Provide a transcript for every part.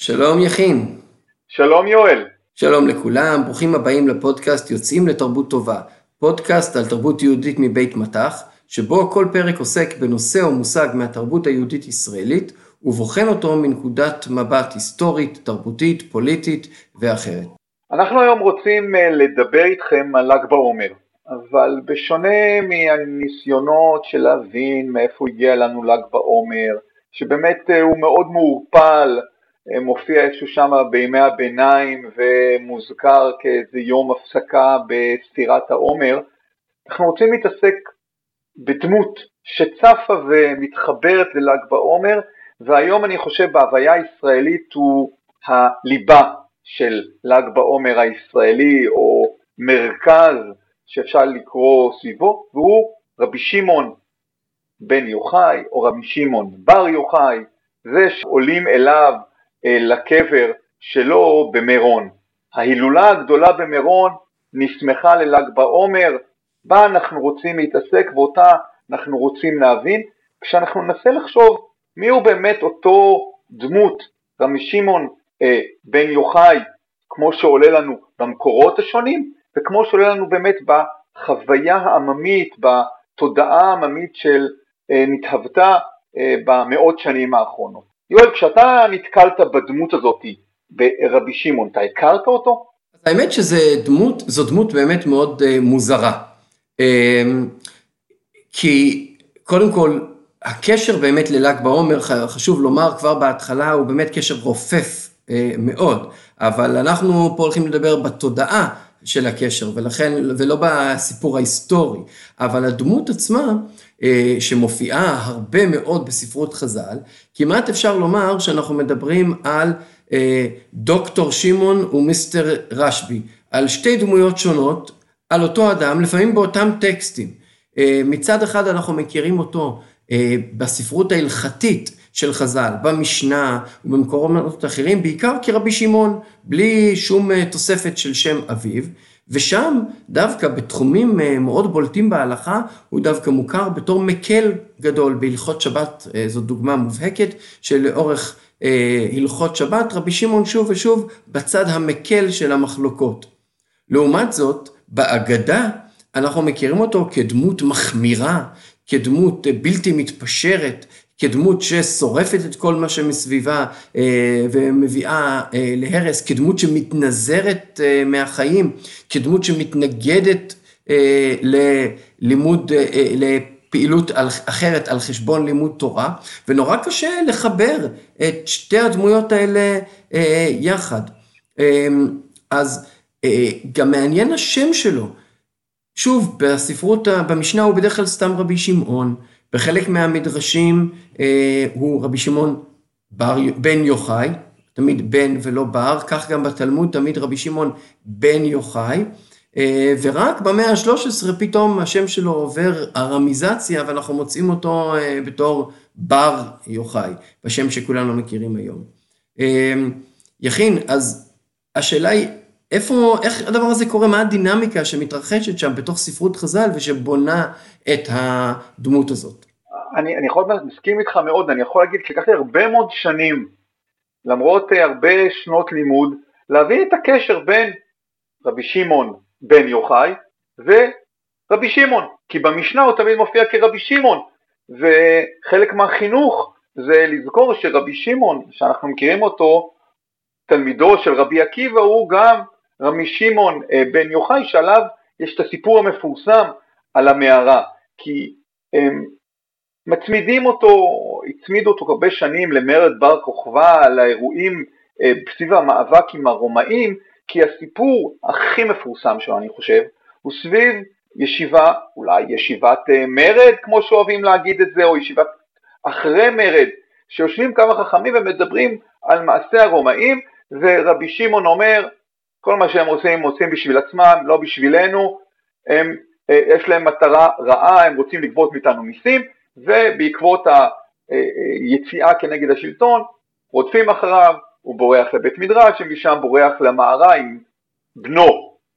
שלום יכין. שלום יואל. שלום לכולם, ברוכים הבאים לפודקאסט יוצאים לתרבות טובה, פודקאסט על תרבות יהודית מבית מטח, שבו כל פרק עוסק בנושא או מושג מהתרבות היהודית ישראלית, ובוחן אותו מנקודת מבט היסטורית, תרבותית, פוליטית ואחרת. אנחנו היום רוצים לדבר איתכם על ל"ג בעומר, אבל בשונה מהניסיונות של להבין מאיפה הגיע לנו ל"ג בעומר, שבאמת הוא מאוד מעורפל, מופיע איזשהו שם בימי הביניים ומוזכר כאיזה יום הפסקה בספירת העומר, אנחנו רוצים להתעסק בדמות שצפה ומתחברת לל"ג בעומר, והיום אני חושב בהוויה הישראלית הוא הליבה של ל"ג בעומר הישראלי, או מרכז שאפשר לקרוא סביבו, והוא רבי שמעון בן יוחאי או רבי שמעון בר יוחאי, זה שעולים אליו לקבר שלו במירון. ההילולה הגדולה במירון נסמכה לל"ג בעומר, בה אנחנו רוצים להתעסק ואותה אנחנו רוצים להבין, כשאנחנו ננסה לחשוב מי הוא באמת אותו דמות רבי שמעון בן יוחאי, כמו שעולה לנו במקורות השונים, וכמו שעולה לנו באמת בחוויה העממית, בתודעה העממית של נתהוותה במאות שנים האחרונות. יואל, כשאתה נתקלת בדמות הזאת ברבי שמעון, אתה הכרת אותו? האמת זו דמות באמת מאוד מוזרה, כי קודם כל הקשר באמת לל"ג בעומר, חשוב לומר כבר בהתחלה, הוא באמת קשר רופף מאוד, אבל אנחנו פה הולכים לדבר בתודעה של הקשר, ולא בסיפור ההיסטורי, אבל הדמות עצמה שמופיעה הרבה מאוד בספרות חז"ל, כמעט אפשר לומר שאנחנו מדברים על דוקטור שמעון ומיסטר רשב"י, על שתי דמויות שונות, על אותו אדם, לפעמים באותם טקסטים. מצד אחד אנחנו מכירים אותו בספרות ההלכתית של חז"ל, במשנה ובמקורות אחרים, בעיקר כרבי שמעון, בלי שום תוספת של שם אביו, ושם דווקא בתחומים מאוד בולטים בהלכה, הוא דווקא מוכר בתור מקל גדול בהלכות שבת. זו דוגמה מובהקת שלאורך הלכות שבת, רבי שמעון שוב ושוב בצד המקל של המחלוקות. לעומת זאת, באגדה אנחנו מכירים אותו כדמות מחמירה, כדמות בלתי מתפשרת, כדמות ששורפת את כל מה שמסביבה ומביאה להרס, כדמות שמתנזרת מהחיים, כדמות שמתנגדת לפעילות אחרת על חשבון לימוד תורה, ונורא קשה לחבר את שתי הדמויות האלה יחד. אז גם מעניין השם שלו, שוב, בספרות, במשנה הוא בדרך כלל סתם רבי שמעון, בחלק מהמדרשים הוא רבי שמעון בן יוחאי, תמיד בן ולא בר, כך גם בתלמוד תמיד רבי שמעון בן יוחאי, ורק במאה ה-13 פתאום השם שלו עובר הרמיזציה, ואנחנו מוצאים אותו בתור בר יוחאי, בשם שכולנו מכירים היום. יכין, אז השאלה היא, איך הדבר הזה קורה? מה הדינמיקה שמתרחשת שם בתוך ספרות חז"ל ושבונה את הדמות הזאת? אני יכול להסכים איתך מאוד, אני יכול להגיד שלקח לי הרבה מאוד שנים, למרות הרבה שנות לימוד, להבין את הקשר בין רבי שמעון בן יוחאי ורבי שמעון, כי במשנה הוא תמיד מופיע כרבי שמעון, וחלק מהחינוך זה לזכור שרבי שמעון, שאנחנו מכירים אותו, תלמידו של רבי עקיבא, הוא גם רבי שמעון בן יוחאי, שעליו יש את הסיפור המפורסם על המערה, כי מצמידים אותו, הצמידו אותו הרבה שנים למרד בר כוכבא, לאירועים בסביב המאבק עם הרומאים, כי הסיפור הכי מפורסם שלו, אני חושב, הוא סביב ישיבה, אולי ישיבת מרד, כמו שאוהבים להגיד את זה, או ישיבת אחרי מרד, שיושבים כמה חכמים ומדברים על מעשה הרומאים, ורבי שמעון אומר, כל מה שהם עושים, הם עושים בשביל עצמם, לא בשבילנו, יש להם מטרה רעה, הם רוצים לגבות מאיתנו מיסים, ובעקבות היציאה כנגד השלטון, רודפים אחריו, הוא בורח לבית מדרש, ומשם בורח למערה עם בנו,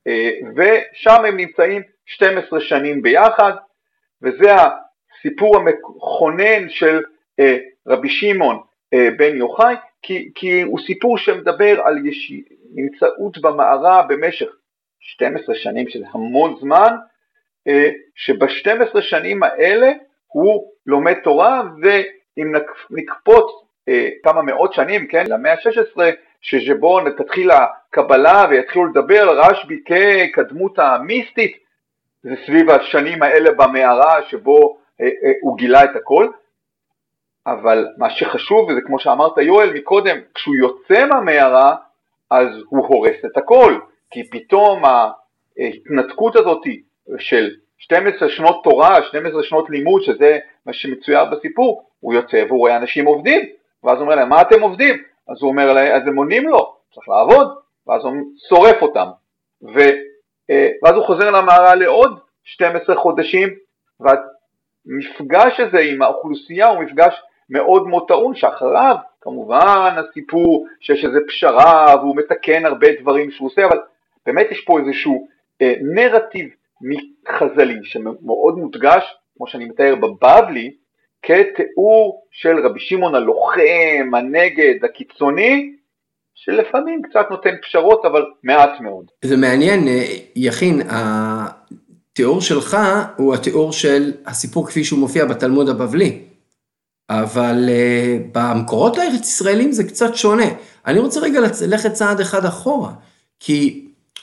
ושם הם נמצאים 12 שנים ביחד, וזה הסיפור המכונן של רבי שמעון בן יוחאי, כי הוא סיפור שמדבר על נמצאות במערה במשך 12 שנים, שזה המון זמן, שב-12 שנים האלה הוא לומד תורה, ואם נקפוץ כמה מאות שנים, כן, למאה ה-16, שבו תתחיל הקבלה ויתחילו לדבר על רשב"י כדמות המיסטית, זה סביב השנים האלה במערה שבו הוא גילה את הכל. אבל מה שחשוב, וזה כמו שאמרת יואל מקודם, כשהוא יוצא מהמערה, אז הוא הורס את הכל, כי פתאום ההתנתקות הזאת של 12 שנות תורה, 12 שנות לימוד, שזה מה שמצויר בסיפור, הוא יוצא והוא רואה אנשים עובדים, ואז הוא אומר להם, מה אתם עובדים? אז הוא אומר להם, אז הם עונים לו, צריך לעבוד, ואז הוא שורף אותם, ואז הוא חוזר למערה לעוד 12 חודשים, והמפגש הזה עם האוכלוסייה הוא מפגש מאוד מאוד טעון, שאחריו כמובן הסיפור שיש איזו פשרה והוא מתקן הרבה דברים שהוא עושה, אבל באמת יש פה איזשהו נרטיב חז"לי שמאוד מודגש, כמו שאני מתאר בבבלי, כתיאור של רבי שמעון הלוחם, הנגד, הקיצוני, שלפעמים קצת נותן פשרות, אבל מעט מאוד. זה מעניין, יכין, התיאור שלך הוא התיאור של הסיפור כפי שהוא מופיע בתלמוד הבבלי, אבל במקורות הארץ ישראלים זה קצת שונה. אני רוצה רגע ללכת צעד אחד אחורה, כי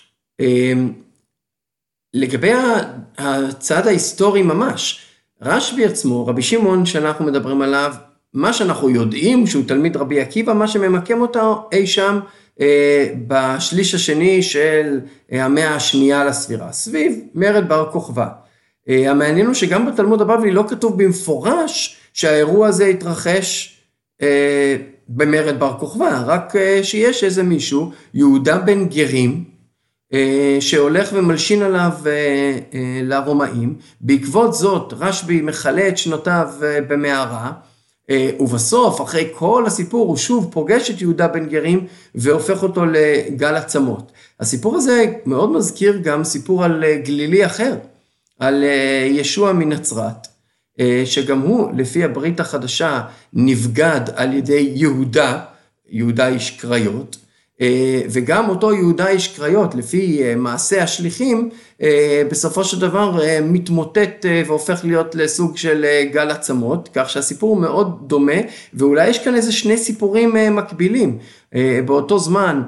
לגבי הצעד ההיסטורי ממש, רשב"י עצמו, רבי שמעון שאנחנו מדברים עליו, מה שאנחנו יודעים שהוא תלמיד רבי עקיבא, מה שממקם אותו אי שם בשליש השני של המאה השנייה לספירה, סביב מרד בר כוכבא. המעניין הוא שגם בתלמוד הבבלי לא כתוב במפורש שהאירוע הזה התרחש במרד בר כוכבא, רק שיש איזה מישהו, יהודה בן גרים, שהולך ומלשין עליו לרומאים. בעקבות זאת רשב"י מחלה את שנותיו במערה, ובסוף אחרי כל הסיפור הוא שוב פוגש את יהודה בן גרים והופך אותו לגל עצמות. הסיפור הזה מאוד מזכיר גם סיפור על גלילי אחר, על ישוע מנצרת, שגם הוא לפי הברית החדשה נבגד על ידי יהודה איש קריות, וגם אותו יהודה איש קריות לפי מעשה השליחים בסופו של דבר מתמוטט והופך להיות לסוג של גל עצמות, כך שהסיפור מאוד דומה, ואולי יש כאן איזה שני סיפורים מקבילים. באותו זמן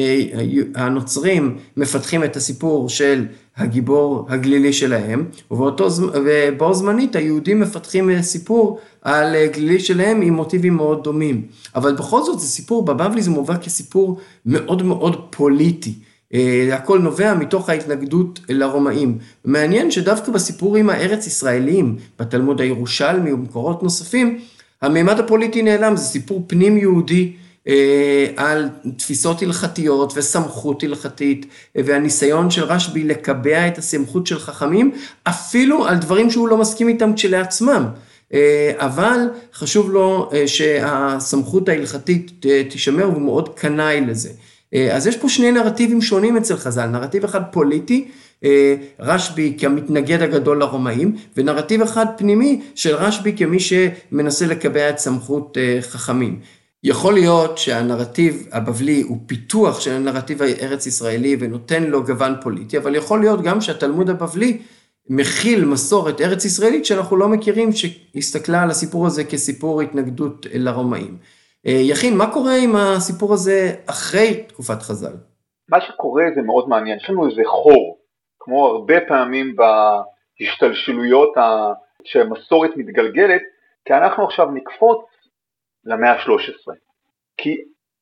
הנוצרים מפתחים את הסיפור של הגיבור הגלילי שלהם, ובו זמנית היהודים מפתחים סיפור על גלילי שלהם עם מוטיבים מאוד דומים. אבל בכל זאת זה סיפור, בבבלי זה מובא כסיפור מאוד מאוד פוליטי. הכל נובע מתוך ההתנגדות לרומאים. מעניין שדווקא בסיפורים הארץ ישראליים, בתלמוד הירושלמי ובמקורות נוספים, הממד הפוליטי נעלם, זה סיפור פנים יהודי, על תפיסות הלכתיות וסמכות הלכתית, והניסיון של רשב"י לקבע את הסמכות של חכמים, אפילו על דברים שהוא לא מסכים איתם כשלעצמם. אבל חשוב לו שהסמכות ההלכתית תישמר, והוא מאוד קנאי לזה. אז יש פה שני נרטיבים שונים אצל חז"ל, נרטיב אחד פוליטי, רשב"י כמתנגד הגדול לרומאים, ונרטיב אחד פנימי של רשב"י כמי שמנסה לקבע את סמכות חכמים. יכול להיות שהנרטיב הבבלי הוא פיתוח של הנרטיב הארץ ישראלי ונותן לו גוון פוליטי, אבל יכול להיות גם שהתלמוד הבבלי מכיל מסורת ארץ ישראלית שאנחנו לא מכירים, שהסתכלה על הסיפור הזה כסיפור התנגדות לרומאים. יכין, מה קורה עם הסיפור הזה אחרי תקופת חז"ל? מה שקורה זה מאוד מעניין, יש לנו איזה חור, כמו הרבה פעמים בהשתלשלויות שהמסורת מתגלגלת, כי אנחנו עכשיו נקפוץ למאה ה-13, כי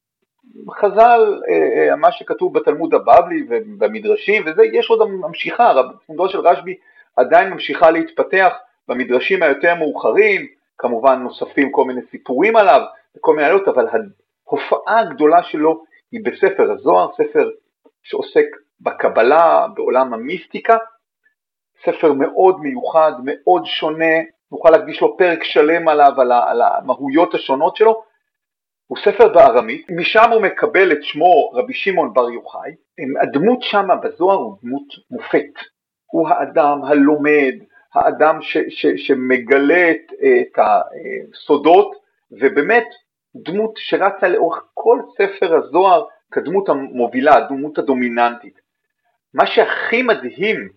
חז"ל, מה שכתוב בתלמוד הבבלי ובמדרשים, וזה יש עוד ממשיכה, תלמודו של רשב"י עדיין ממשיכה להתפתח במדרשים היותר מאוחרים, כמובן נוספים כל מיני סיפורים עליו, וכל מיני עלות, אבל ההופעה הגדולה שלו היא בספר הזוהר, ספר שעוסק בקבלה, בעולם המיסטיקה, ספר מאוד מיוחד, מאוד שונה, נוכל להקדיש לו פרק שלם עליו, על המהויות השונות שלו. הוא ספר בארמית, משם הוא מקבל את שמו רבי שמעון בר יוחאי. הדמות שם בזוהר הוא דמות מופת, הוא האדם הלומד, האדם שמגלה את הסודות, ובאמת דמות שרצה לאורך כל ספר הזוהר כדמות המובילה, הדמות הדומיננטית. מה שהכי מדהים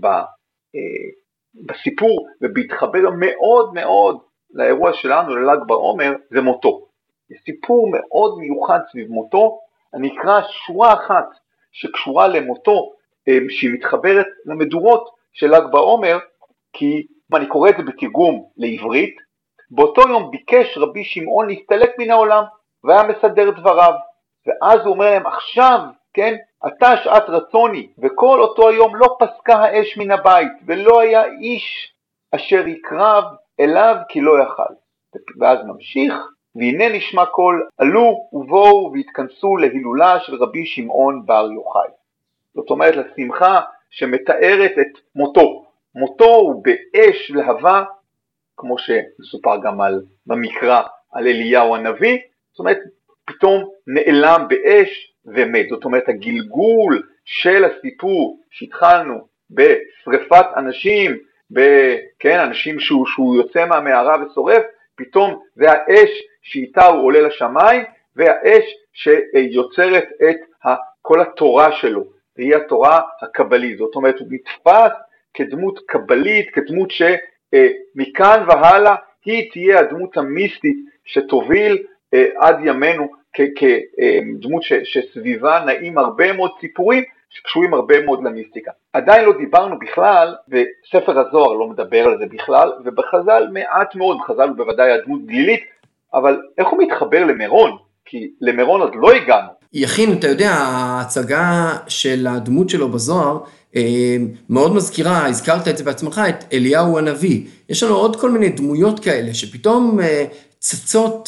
בסיפור ובהתחבר מאוד מאוד לאירוע שלנו לל"ג בעומר זה מותו. זה סיפור מאוד מיוחד סביב מותו, אני אקרא שורה אחת שקשורה למותו, שהיא מתחברת למדורות של ל"ג בעומר, כי אני קורא את זה בתרגום לעברית. באותו יום ביקש רבי שמעון להסתלק מן העולם והיה מסדר דבריו, ואז הוא אומר להם עכשיו, כן, אתה שעת רצוני, וכל אותו היום לא פסקה האש מן הבית ולא היה איש אשר יקרב אליו כי לא יכל. ואז ממשיך, והנה נשמע קול עלו ובואו והתכנסו להילולה של רבי שמעון בר יוחאי. זאת אומרת לשמחה שמתארת את מותו. מותו הוא באש להבה, כמו שמסופר גם במקרא על אליהו הנביא, זאת אומרת פתאום נעלם באש ומת. זאת אומרת הגלגול של הסיפור שהתחלנו בשריפת אנשים, אנשים שהוא יוצא מהמערה ושורף, פתאום זה האש שאיתה הוא עולה לשמיים, והאש שיוצרת את כל התורה שלו, והיא התורה הקבלית. זאת אומרת הוא נתפס כדמות קבלית, כדמות שמכאן והלאה היא תהיה הדמות המיסטית שתוביל עד ימינו, כדמות שסביבה נעים הרבה מאוד סיפורים שקשורים הרבה מאוד למיסטיקה. עדיין לא דיברנו בכלל, וספר הזוהר לא מדבר על זה בכלל, ובחז"ל מעט מאוד, בחז"ל הוא בוודאי הדמות גלילית, אבל איך הוא מתחבר למירון? כי למירון עוד לא הגענו. יכין, אתה יודע, ההצגה של הדמות שלו בזוהר, מאוד מזכירה, הזכרת את זה בעצמך, את אליהו הנביא. יש לנו עוד כל מיני דמויות כאלה, שפתאום צצות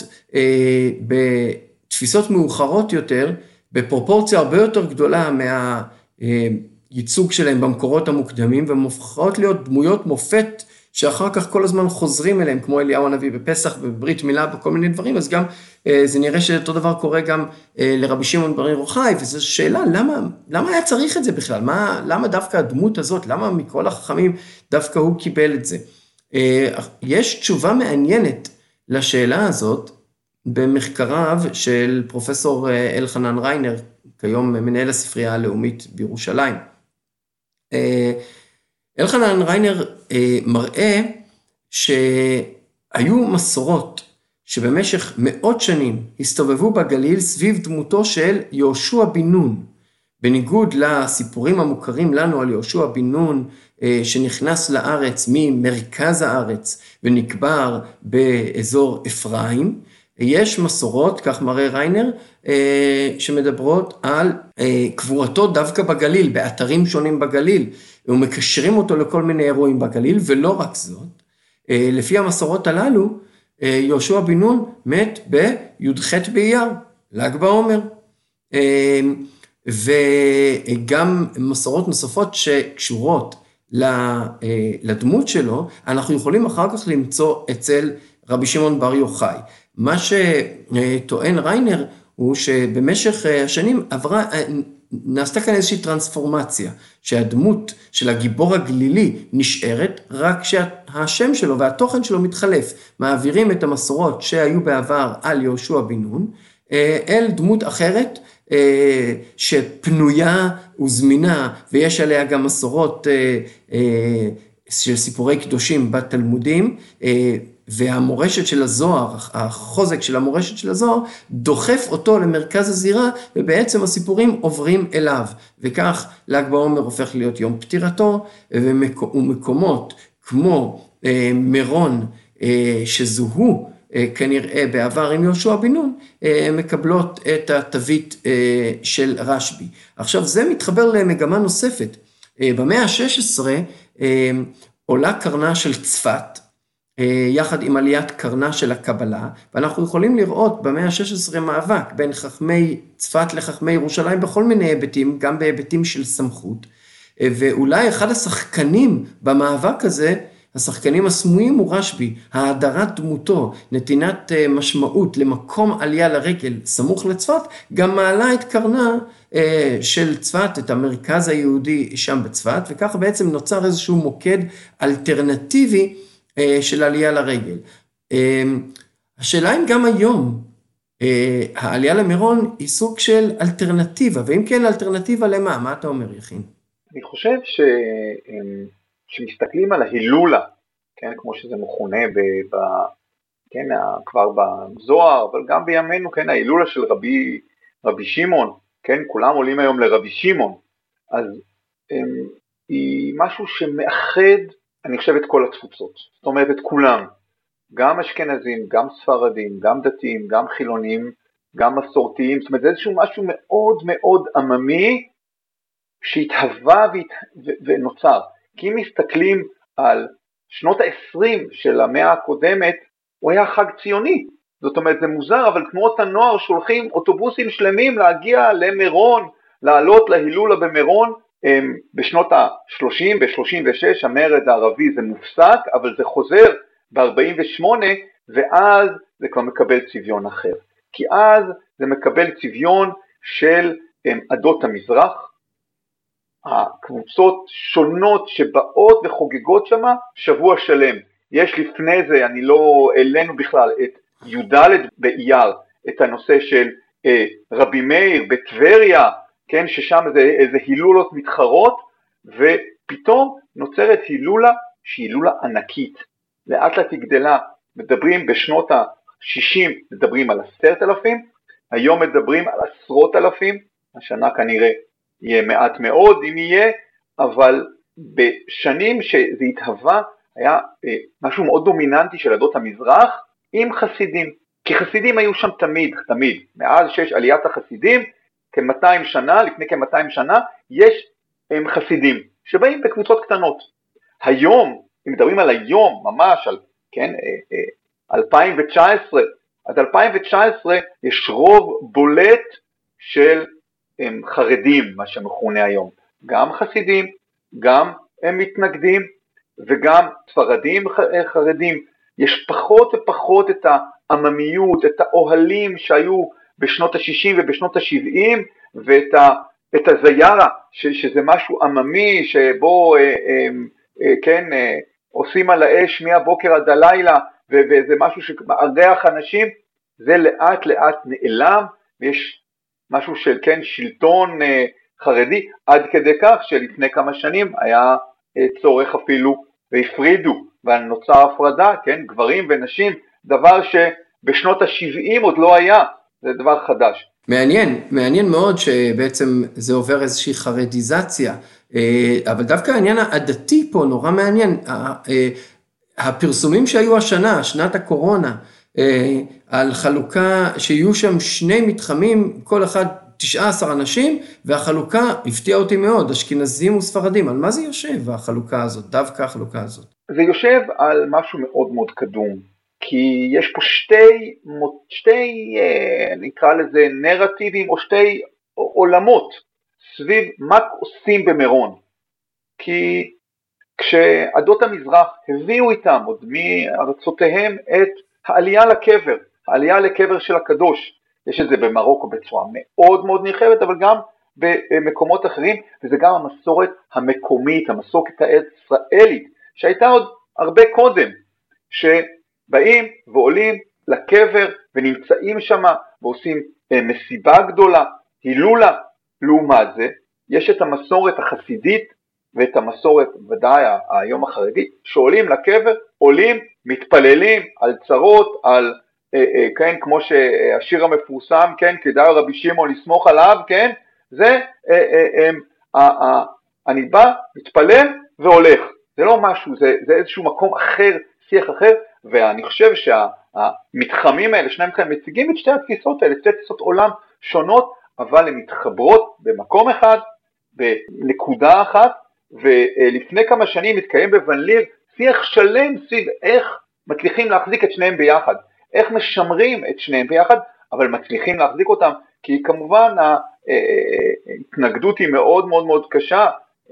בתפיסות מאוחרות יותר, בפרופורציה הרבה יותר גדולה מהייצוג שלהם במקורות המוקדמים, והן הופכות להיות דמויות מופת, שאחר כך כל הזמן חוזרים אליהם, כמו אליהו הנביא בפסח ובברית מילה בכל מיני דברים, אז גם זה נראה שאותו דבר קורה גם לרבי שמעון בר יוחאי, וזו שאלה, למה היה צריך את זה בכלל? למה דווקא הדמות הזאת, למה מכל החכמים דווקא הוא קיבל את זה? יש תשובה מעניינת לשאלה הזאת, במחקריו של פרופסור אלחנן ריינר, כיום מנהל הספרייה הלאומית בירושלים. אלחנן ריינר מראה שהיו מסורות שבמשך מאות שנים הסתובבו בגליל סביב דמותו של יהושע בן נון, בניגוד לסיפורים המוכרים לנו על יהושע בן נון שנכנס לארץ ממרכז הארץ ונקבר באזור אפרים. יש מסורות, כך מראה ריינר, שמדברות על קבורתו דווקא בגליל, באתרים שונים בגליל, ומקשרים אותו לכל מיני אירועים בגליל, ולא רק זאת. לפי המסורות הללו, יהושע בן נון מת בי"ח באייר, ל"ג בעומר. וגם מסורות נוספות שקשורות לדמות שלו, אנחנו יכולים אחר כך למצוא אצל רבי שמעון בר יוחאי. מה שטוען ריינר הוא שבמשך השנים נעשתה כאן איזושהי טרנספורמציה, שהדמות של הגיבור הגלילי נשארת, רק שהשם שלו והתוכן שלו מתחלף, מעבירים את המסורות שהיו בעבר על יהושע בן נון, אל דמות אחרת שפנויה וזמינה, ויש עליה גם מסורות של סיפורי קדושים בתלמודים, והמורשת של הזוהר, החוזק של המורשת של הזוהר, דוחף אותו למרכז הזירה, ובעצם הסיפורים עוברים אליו, וכך ל"ג בעומר הופך להיות יום פטירתו, ומקומות כמו מירון, שזוהו כנראה בעבר עם יהושע בן נון, מקבלות את התווית של רשב"י. עכשיו זה מתחבר למגמה נוספת. במאה ה-16 עולה קרנה של צפת, יחד עם עליית קרנה של הקבלה, ואנחנו יכולים לראות במאה ה-16 מאבק בין חכמי צפת לחכמי ירושלים בכל מיני היבטים, גם בהיבטים של סמכות, ואולי אחד השחקנים במאבק הזה, השחקנים הסמויים הוא רשב"י, ההדרת דמותו, נתינת משמעות למקום עלייה לרגל סמוך לצפת, גם מעלה את קרנה של צפת, את המרכז היהודי שם בצפת, וכך בעצם נוצר איזשהו מוקד אלטרנטיבי של עלייה לרגל. השאלה אם גם היום העלייה למירון היא סוג של אלטרנטיבה, ואם כן אלטרנטיבה למה? מה אתה אומר, יכין? אני חושב שמסתכלים על ההילולה, כן, כמו שזה מכונה כן, כבר בזוהר, אבל גם בימינו, כן, ההילולה של רבי שמעון, כן, כולם עולים היום לרבי שמעון, אז היא משהו שמאחד, אני חושב, את כל התפוצות, זאת אומרת את כולם, גם אשכנזים, גם ספרדים, גם דתיים, גם חילונים, גם מסורתיים, זאת אומרת זה איזשהו משהו מאוד מאוד עממי, שהתהווה ונוצר, כי אם מסתכלים על שנות ה-20 של המאה הקודמת, הוא היה חג ציוני, זאת אומרת זה מוזר, אבל תנועות הנוער שולחים אוטובוסים שלמים להגיע למירון, לעלות להילולה במירון, בשנות ה-30, ב-36 המרד הערבי זה מופסק, אבל זה חוזר ב-48, ואז זה כבר מקבל צביון אחר, כי אז זה מקבל צביון של עדות המזרח, הקבוצות שונות שבאות וחוגגות שמה שבוע שלם. יש לפני זה, אני לא אלינו בכלל, את י"ד באייר, את הנושא של רבי מאיר בטבריה, כן, ששם זה איזה הילולות מתחרות, ופתאום נוצרת הילולה שהיא הילולה ענקית, לאט לאט היא גדלה, מדברים בשנות ה-60, מדברים על 10,000, היום מדברים על עשרות אלפים, השנה כנראה יהיה מעט מאוד אם יהיה, אבל בשנים שזה התהווה היה משהו מאוד דומיננטי של עדות המזרח עם חסידים, כי חסידים היו שם תמיד, מאז שיש עליית החסידים, כ-200 שנה, לפני כ-200 שנה, יש חסידים שבאים בקבוצות קטנות. היום, אם מדברים על היום, ממש על, כן, 2019, עד 2019 יש רוב בולט של חרדים, מה שמכונה היום, גם חסידים, גם הם מתנגדים, וגם ספרדים חרדים, יש פחות ופחות את העממיות, את האוהלים שהיו בשנות ה-60 ובשנות ה-70, ואת הזיירה, שזה משהו עממי, שבו כן, עושים על האש מהבוקר עד הלילה, וזה משהו שמארח אנשים, זה לאט לאט נעלם, ויש משהו של כן שלטון חרדי, עד כדי כך שלפני כמה שנים היה צורך אפילו והפרידו, ונוצר הפרדה, כן, גברים ונשים, דבר שבשנות ה-70 עוד לא היה, זה דבר חדש. מעניין מאוד שבעצם זה עובר איזושהי חרדיזציה, אבל דווקא העניין העדתי פה נורא מעניין, הפרסומים שהיו השנה, שנת הקורונה, על חלוקה שיהיו שם שני מתחמים, כל אחד 19 אנשים, והחלוקה הפתיעה אותי מאוד, אשכנזים וספרדים, על מה זה יושב החלוקה הזאת, דווקא החלוקה הזאת? זה יושב על משהו מאוד מאוד קדום, כי יש פה שתי נקרא לזה נרטיבים, או שתי עולמות, סביב מה עושים במירון, כי כשעדות המזרח הביאו איתם עוד מארצותיהם את העלייה לקבר של הקדוש, יש את זה במרוקו בצורה מאוד מאוד נרחבת, אבל גם במקומות אחרים, וזה גם המסורת המקומית, המסורת הישראלית, שהייתה עוד הרבה קודם, שבאים ועולים לקבר ונמצאים שם ועושים מסיבה גדולה, הילולה. לעומת זה, יש את המסורת החסידית ואת המסורת ודאי היום החרדי, שעולים לקבר, עולים, מתפללים על צרות, על כן, כמו שהשיר המפורסם, כן, כדאי רבי שמעון לסמוך עליו, כן, זה אני בא, מתפלל והולך, זה לא משהו, זה איזשהו מקום אחר, שיח אחר, ואני חושב שהמתחמים האלה, שניים כאן מציגים את שתי התפיסות האלה, שתי תפיסות עולם שונות, אבל הן מתחברות במקום אחד, בנקודה אחת, ולפני כמה שנים מתקיים בוון ליר שיח שלם סביב איך מצליחים להחזיק את שניהם ביחד, איך משמרים את שניהם ביחד, אבל מצליחים להחזיק אותם, כי כמובן ההתנגדות היא מאוד מאוד מאוד קשה,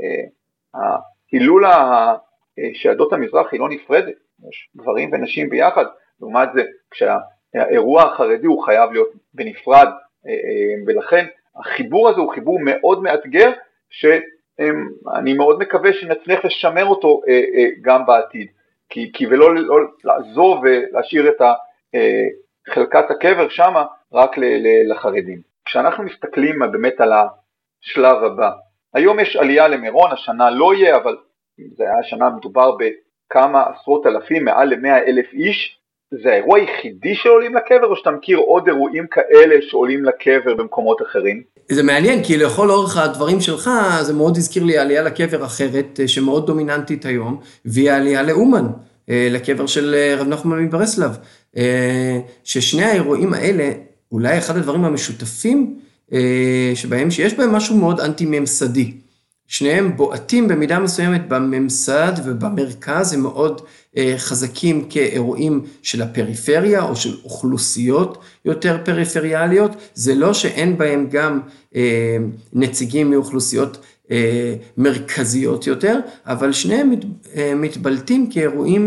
ההילולה שעדות המזרח היא לא נפרדת, יש גברים ונשים ביחד, לעומת זה כשהאירוע החרדי הוא חייב להיות בנפרד, ולכן החיבור הזה הוא חיבור מאוד מאתגר, שאני מאוד מקווה שנצליח לשמר אותו גם בעתיד, כי ולא לעזוב ולהשאיר את חלקת הקבר שמה, רק לחרדים. כשאנחנו מסתכלים באמת על השלב הבא, היום יש עלייה למירון, השנה לא יהיה, אבל זה היה השנה מדובר בכמה עשרות אלפים, מעל ל100,000 איש, זה האירוע היחידי שעולים לקבר, או שאתה מכיר עוד אירועים כאלה שעולים לקבר במקומות אחרים? זה מעניין, כי לכל אורך הדברים שלך, זה מאוד הזכיר לי עלייה לקבר אחרת, שמאוד דומיננטית היום, והיא העלייה לאומן, לקבר של רב נחמן מברסלב, ששני האירועים האלה, אולי אחד הדברים המשותפים, שבהם שיש בהם משהו מאוד אנטי-ממסדי. שניהם בועטים במידה מסוימת בממסד ובמרכז, הם מאוד חזקים כאירועים של הפריפריה או של אוכלוסיות יותר פריפריאליות. זה לא שאין בהם גם נציגים מאוכלוסיות מרכזיות יותר, אבל שניהם מתבלטים כאירועים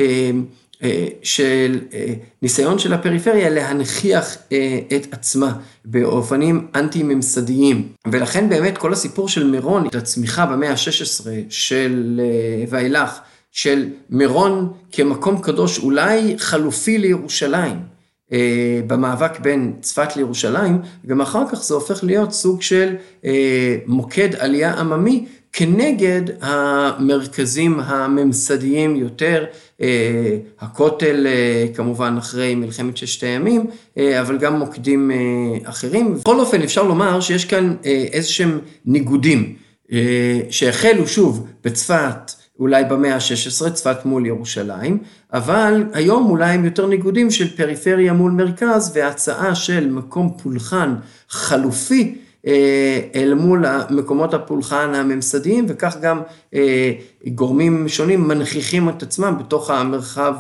של ניסיון של הפריפריה להנכיח את עצמה באופנים אנטי-ממסדיים. ולכן באמת כל הסיפור של מירון, את הצמיחה במאה ה-16 של ואילך, של מירון כמקום קדוש אולי חלופי לירושלים, במאבק בין צפת לירושלים, גם אחר כך זה הופך להיות סוג של מוקד עלייה עממי, כנגד המרכזים הממסדיים יותר, הכותל כמובן אחרי מלחמת ששת הימים, אבל גם מוקדים אחרים. בכל אופן אפשר לומר שיש כאן איזשהם ניגודים, שהחלו שוב בצפת, אולי במאה ה-16, צפת מול ירושלים, אבל היום אולי הם יותר ניגודים של פריפריה מול מרכז, והצעה של מקום פולחן חלופי, אל מול מקומות הפולחן הממסדיים, וכך גם גורמים שונים מנכיחים את עצמם בתוך המרחב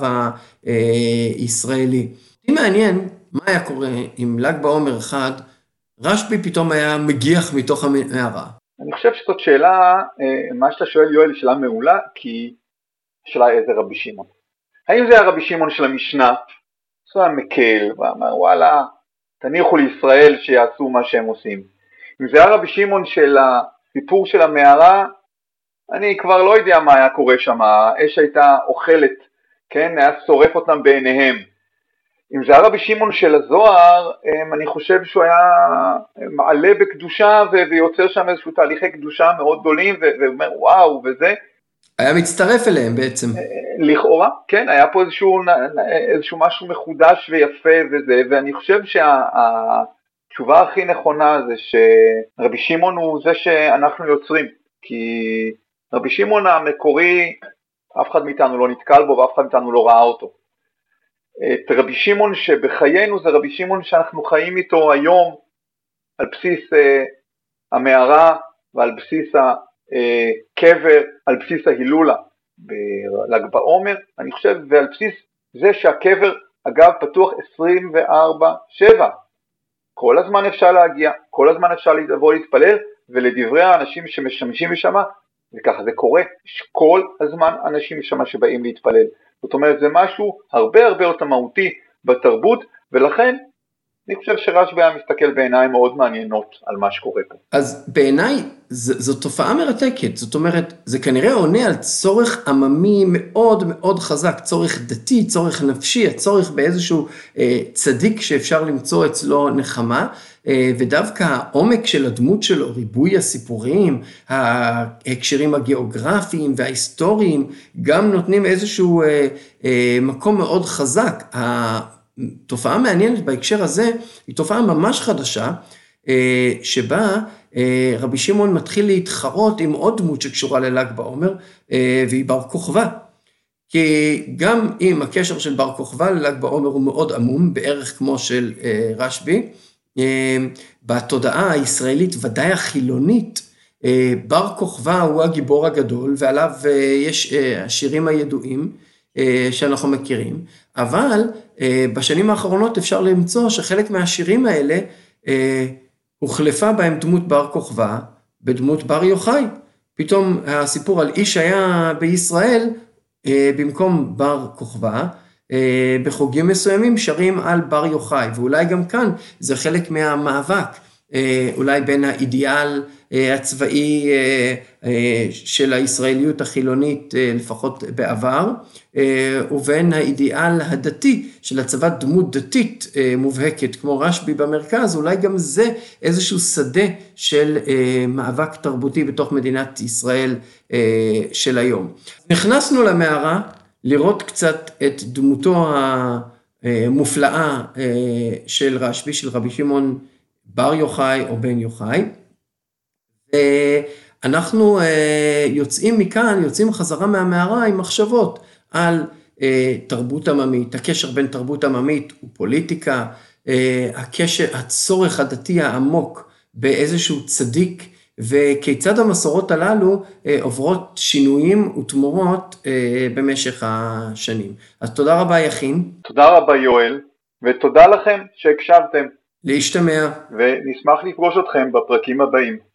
הישראלי. זה מעניין מה היה קורה אם ל"ג בעומר אחד, רשב"י פתאום היה מגיח מתוך המערה. אני חושב שזאת שאלה, מה שאתה שואל יואל, היא שאלה מעולה, כי שאלה איזה רבי שמעון. האם זה הרבי שמעון של המשנה? זה היה מקל, ואמר וואלה, תניחו לישראל שיעשו מה שהם עושים. אם זה הרבי שמעון של הסיפור של המערה, אני כבר לא יודע מה היה קורה שם, האש הייתה אוכלת, כן, היה שורף אותם בעיניהם. אם זה הרבי שמעון של הזוהר, אני חושב שהוא היה מעלה בקדושה ויוצר שם איזשהו תהליכי קדושה מאוד גדולים, ואומר וואו וזה. היה מצטרף אליהם בעצם. לכאורה, כן, היה פה איזשהו משהו מחודש ויפה וזה, ואני חושב התשובה הכי נכונה זה שרבי שמעון הוא זה שאנחנו יוצרים, כי רבי שמעון המקורי, אף אחד מאיתנו לא נתקל בו ואף אחד מאיתנו לא ראה אותו. את רבי שמעון שבחיינו זה רבי שמעון שאנחנו חיים איתו היום על בסיס המערה ועל בסיס הקבר, על בסיס ההילולה בל"ג בעומר, אני חושב, ועל בסיס זה שהקבר אגב פתוח 24/7, כל הזמן אפשר להגיע, כל הזמן אפשר לבוא להתפלל, ולדברי האנשים שמשמשים משם, וככה זה קורה, יש כל הזמן אנשים משם שבאים להתפלל. זאת אומרת, זה משהו הרבה הרבה יותר מהותי בתרבות, ולכן אני חושב שרשב"י היה מסתכל בעיניים מאוד מעניינות על מה שקורה פה. אז בעיניי זו תופעה מרתקת, זאת אומרת, זה כנראה עונה על צורך עממי מאוד מאוד חזק, צורך דתי, צורך נפשי, הצורך באיזשהו צדיק שאפשר למצוא אצלו נחמה, ודווקא העומק של הדמות שלו, ריבוי הסיפורים, ההקשרים הגיאוגרפיים וההיסטוריים, גם נותנים איזשהו מקום מאוד חזק. התופעה מעניינת בהקשר הזה, היא תופעה ממש חדשה, שבה רבי שמעון מתחיל להתחרות עם עוד דמות שקשורה לל"ג בעומר, והיא בר כוכבא. כי גם אם הקשר של בר כוכבא לל"ג בעומר הוא מאוד עמום, בערך כמו של רשב"י, בתודעה הישראלית ודאי החילונית, בר כוכבא הוא הגיבור הגדול, ועליו יש השירים הידועים שאנחנו מכירים, אבל בשנים האחרונות אפשר למצוא שחלק מהשירים האלה הוחלפה בהם דמות בר כוכבא בדמות בר יוחאי. פתאום הסיפור על איש היה בישראל, במקום בר כוכבא, בחוגים מסוימים שרים על בר יוחאי, ואולי גם כאן זה חלק מהמאבק אולי בין האידיאל הצבאי של הישראליות החילונית, לפחות בעבר, ובין האידיאל הדתי של הצבת דמות דתית מובהקת, כמו רשב"י במרכז, אולי גם זה איזשהו שדה של מאבק תרבותי בתוך מדינת ישראל של היום. נכנסנו למערה לראות קצת את דמותו המופלאה של רשב"י, של רבי שמעון בר יוחאי או בן יוחאי, ואנחנו יוצאים מכאן, יוצאים חזרה מהמערה עם מחשבות על תרבות עממית, הקשר בין תרבות עממית ופוליטיקה, הצורך הדתי העמוק באיזשהו צדיק, וכיצד המסורות הללו עוברות שינויים ותמורות במשך השנים. אז תודה רבה יכין. תודה רבה יואל, ותודה לכם שהקשבתם. להשתמע. ונשמח לפגוש אתכם בפרקים הבאים.